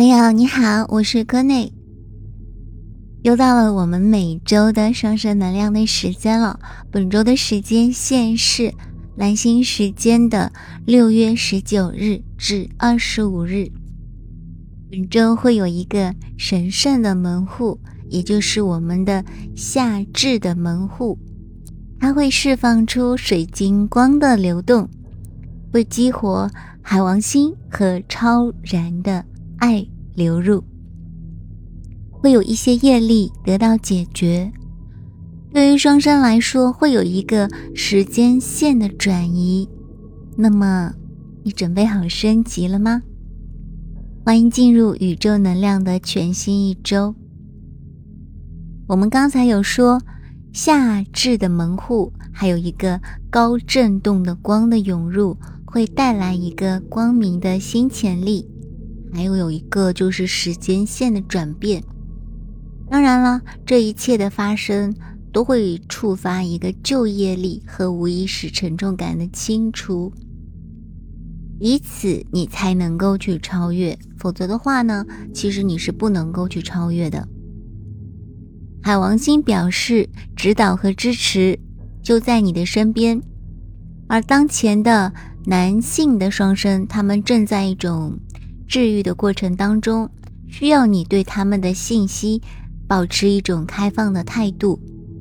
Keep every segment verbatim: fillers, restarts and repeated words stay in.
朋友你好，我是柯内。又到了我们每周的上升能量的时间了。本周的时间线是蓝星时间的六月十九日至二十五日。本周会有一个神圣的门户，也就是我们的夏至的门户，它会释放出水晶光的流动，会激活海王星和超然的爱流入，会有一些业力得到解决。对于双生来说，会有一个时间线的转移。那么你准备好升级了吗？欢迎进入宇宙能量的全新一周。我们刚才有说夏至的门户还有一个高振动的光的涌入，会带来一个光明的新潜力，还有有一个就是时间线的转变。当然了，这一切的发生都会触发一个旧业力和无意识沉重感的清除，以此你才能够去超越，否则的话呢，其实你是不能够去超越的。海王星表示指导和支持就在你的身边，而当前的男性的双生，他们正在一种治愈的过程当中，需要你对他们的信息保持一种开放的态度。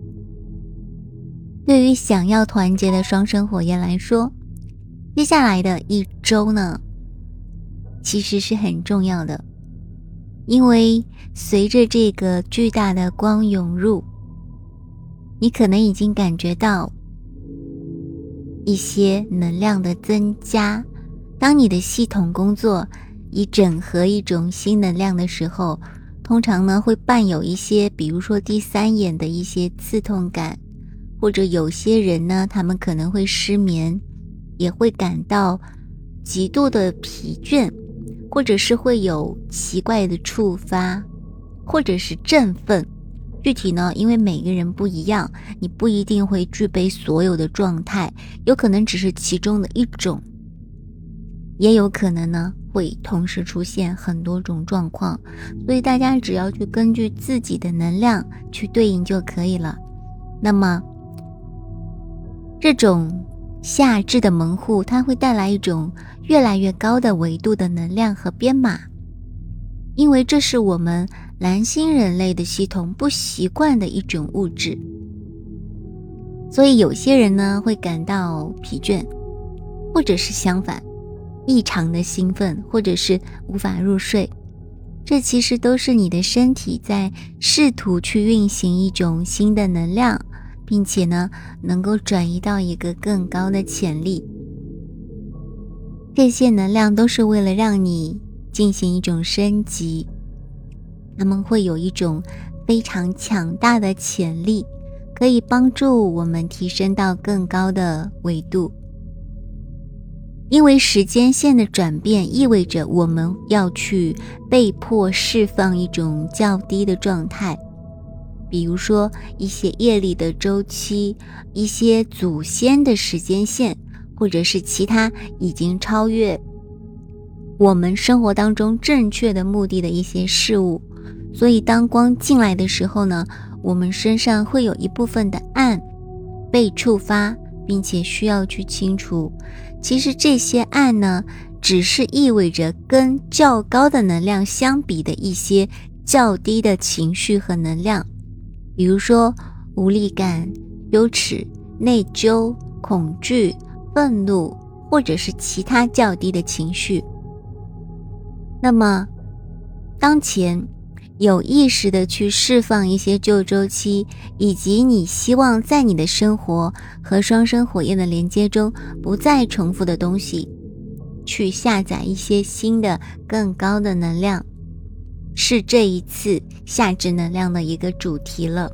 对于想要团结的双生火焰来说，接下来的一周呢，其实是很重要的，因为随着这个巨大的光涌入，你可能已经感觉到一些能量的增加。当你的系统工作以整合一种新能量的时候，通常呢会伴有一些比如说第三眼的一些刺痛感，或者有些人呢他们可能会失眠，也会感到极度的疲倦，或者是会有奇怪的触发，或者是振奋。具体呢，因为每个人不一样，你不一定会具备所有的状态，有可能只是其中的一种，也有可能呢会同时出现很多种状况，所以大家只要去根据自己的能量去对应就可以了。那么这种夏至的门户，它会带来一种越来越高的维度的能量和编码，因为这是我们蓝星人类的系统不习惯的一种物质，所以有些人呢会感到疲倦，或者是相反异常的兴奋，或者是无法入睡。这其实都是你的身体在试图去运行一种新的能量，并且呢能够转移到一个更高的潜力。这些能量都是为了让你进行一种升级，它们会有一种非常强大的潜力，可以帮助我们提升到更高的维度。因为时间线的转变意味着我们要去被迫释放一种较低的状态，比如说一些业力的周期，一些祖先的时间线，或者是其他已经超越我们生活当中正确的目的的一些事物。所以当光进来的时候呢，我们身上会有一部分的暗被触发，并且需要去清除。其实这些暗呢，只是意味着跟较高的能量相比的一些较低的情绪和能量，比如说无力感、羞耻、内疚、恐惧、愤怒，或者是其他较低的情绪。那么当前有意识的去释放一些旧周期，以及你希望在你的生活和双生火焰的连接中不再重复的东西，去下载一些新的更高的能量，是这一次夏至能量的一个主题了。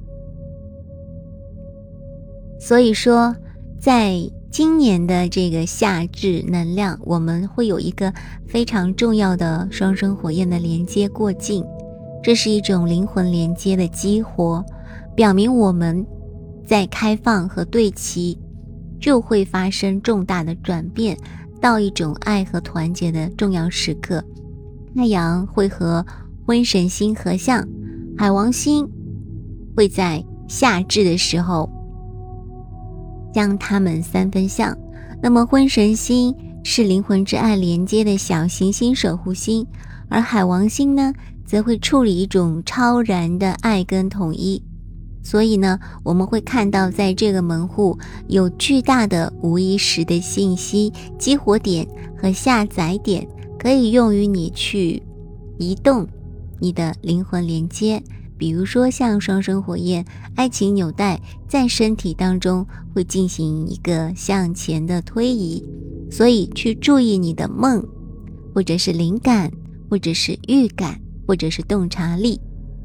所以说在今年的这个夏至能量，我们会有一个非常重要的双生火焰的连接过境，这是一种灵魂连接的激活，表明我们在开放和对齐就会发生重大的转变，到一种爱和团结的重要时刻。 太阳会和婚神星合相，海王星会在夏至的时候将它们三分相。那么婚神星是灵魂之爱连接的小行星守护星，而海王星呢，则会处理一种超然的爱跟统一。所以呢，我们会看到在这个门户有巨大的无意识的信息激活点和下载点，可以用于你去移动你的灵魂连接。比如说像双生火焰、爱情纽带，在身体当中会进行一个向前的推移，所以去注意你的梦，或者是灵感，或者是预感，或者是洞察力。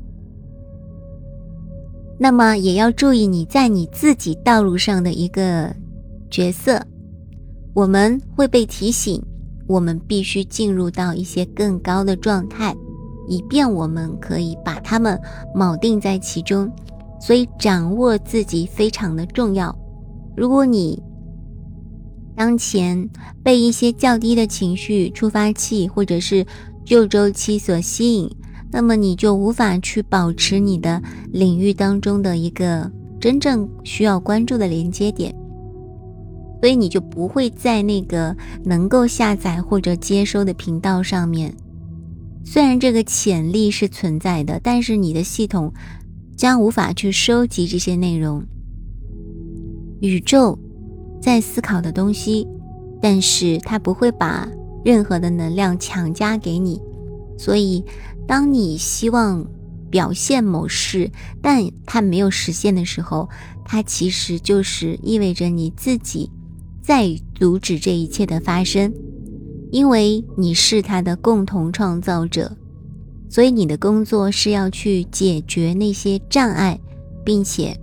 那么也要注意你在你自己道路上的一个角色，我们会被提醒，我们必须进入到一些更高的状态，以便我们可以把它们铆定在其中。所以掌握自己非常的重要。如果你当前被一些较低的情绪触发器或者是旧周期所吸引，那么你就无法去保持你的领域当中的一个真正需要关注的连接点，所以你就不会在那个能够下载或者接收的频道上面。虽然这个潜力是存在的，但是你的系统将无法去收集这些内容。宇宙在思考的东西，但是它不会把任何的能量强加给你。所以当你希望表现某事，但它没有实现的时候，它其实就是意味着你自己在阻止这一切的发生。因为你是它的共同创造者，所以你的工作是要去解决那些障碍，并且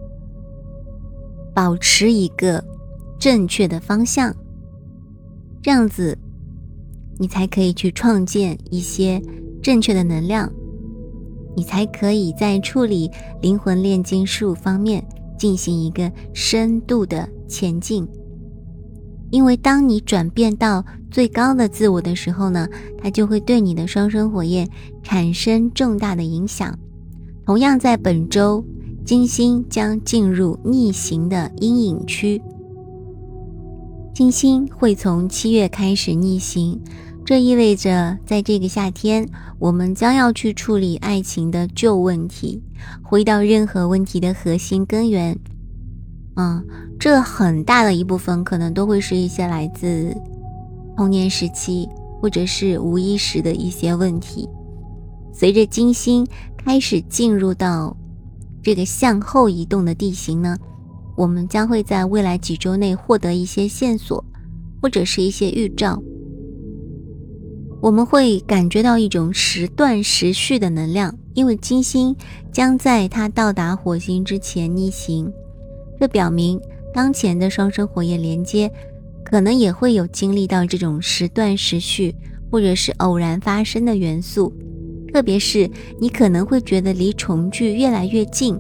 保持一个正确的方向，这样子你才可以去创建一些正确的能量，你才可以在处理灵魂炼金术方面进行一个深度的前进。因为当你转变到最高的自我的时候呢，它就会对你的双生火焰产生重大的影响。同样在本周，金星将进入逆行的阴影区，金星会从七月开始逆行，这意味着在这个夏天，我们将要去处理爱情的旧问题，回到任何问题的核心根源。嗯，这很大的一部分可能都会是一些来自童年时期或者是无意识的一些问题。随着金星开始进入到这个向后移动的地形呢，我们将会在未来几周内获得一些线索或者是一些预兆。我们会感觉到一种时断时续的能量，因为金星将在它到达火星之前逆行。这表明当前的双生火焰连接可能也会有经历到这种时断时续或者是偶然发生的元素，特别是你可能会觉得离重聚越来越近，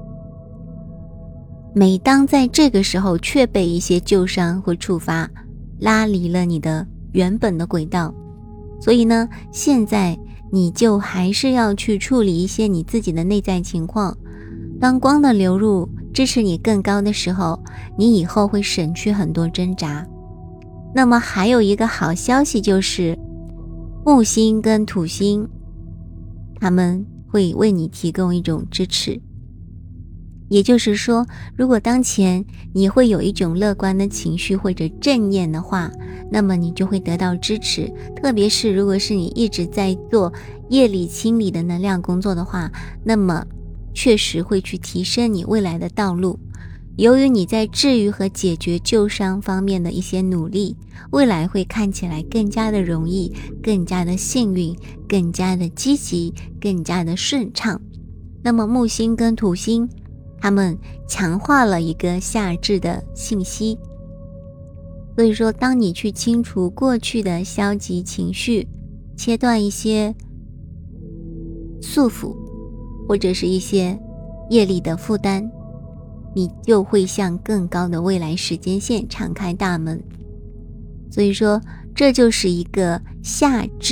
每当在这个时候却被一些旧伤或触发拉离了你的原本的轨道。所以呢，现在你就还是要去处理一些你自己的内在情况。当光的流入支持你更高的时候，你以后会省去很多挣扎。那么还有一个好消息，就是木星跟土星他们会为你提供一种支持。也就是说，如果当前你会有一种乐观的情绪或者正念的话，那么你就会得到支持。特别是如果是你一直在做夜里清理的能量工作的话，那么确实会去提升你未来的道路。由于你在治愈和解决旧伤方面的一些努力，未来会看起来更加的容易，更加的幸运，更加的积极，更加的顺畅。那么木星跟土星他们强化了一个夏至的信息，所以说当你去清除过去的消极情绪，切断一些束缚或者是一些业力的负担，你就会向更高的未来时间线敞开大门。所以说这就是一个夏至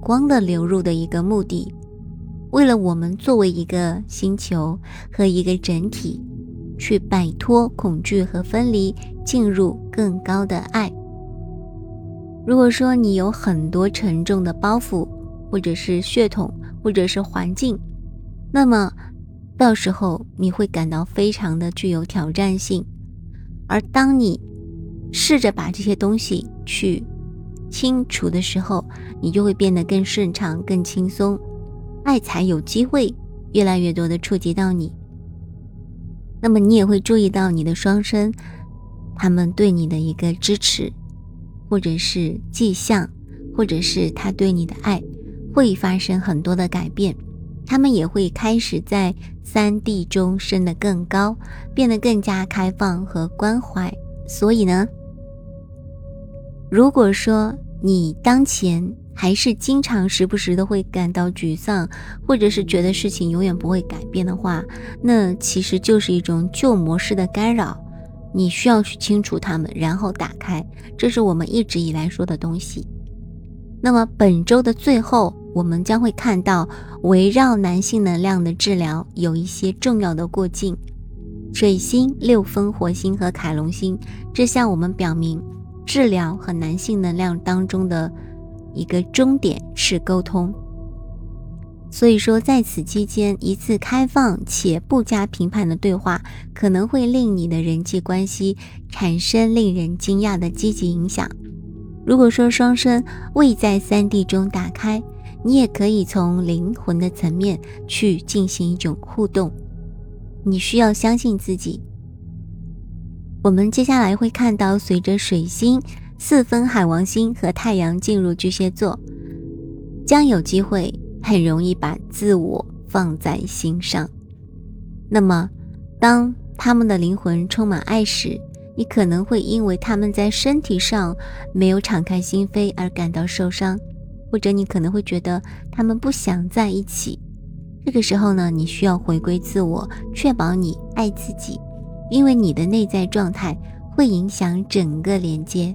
光的流入的一个目的，为了我们作为一个星球和一个整体，去摆脱恐惧和分离，进入更高的爱。如果说你有很多沉重的包袱，或者是血统，或者是环境，那么到时候你会感到非常的具有挑战性。而当你试着把这些东西去清除的时候，你就会变得更顺畅，更轻松，爱才有机会越来越多的触及到你。那么你也会注意到你的双生，他们对你的一个支持，或者是迹象，或者是他对你的爱，会发生很多的改变。他们也会开始在 三 D 中升得更高，变得更加开放和关怀。所以呢，如果说你当前还是经常时不时的会感到沮丧，或者是觉得事情永远不会改变的话，那其实就是一种旧模式的干扰，你需要去清除它们，然后打开，这是我们一直以来说的东西。那么本周的最后，我们将会看到围绕男性能量的治疗有一些重要的过境。水星、六分火星和凯龙星，这向我们表明治疗和男性能量当中的一个终点是沟通。所以说在此期间，一次开放且不加评判的对话可能会令你的人际关系产生令人惊讶的积极影响。如果说双生未在 三 D 中打开，你也可以从灵魂的层面去进行一种互动。你需要相信自己。我们接下来会看到，随着水星、四分海王星和太阳进入巨蟹座，将有机会很容易把自我放在心上。那么当他们的灵魂充满爱时，你可能会因为他们在身体上没有敞开心扉而感到受伤，或者你可能会觉得他们不想在一起。这个时候呢，你需要回归自我，确保你爱自己，因为你的内在状态会影响整个连接。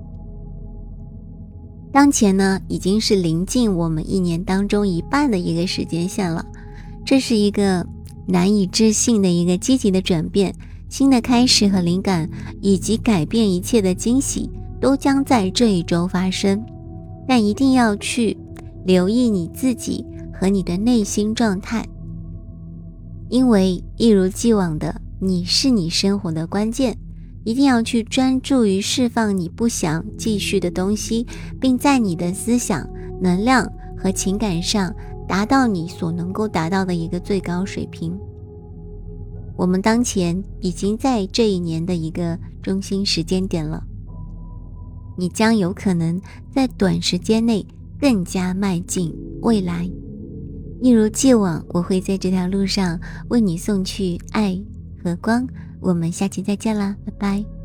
当前呢，已经是临近我们一年当中一半的一个时间线了，这是一个难以置信的一个积极的转变，新的开始和灵感，以及改变一切的惊喜，都将在这一周发生。但一定要去留意你自己和你的内心状态，因为一如既往的，你是你生活的关键。一定要去专注于释放你不想继续的东西，并在你的思想、能量和情感上达到你所能够达到的一个最高水平。我们当前已经在这一年的一个中心时间点了，你将有可能在短时间内更加迈进未来。一如既往，我会在这条路上为你送去爱和光。我们下期再见啦，拜拜。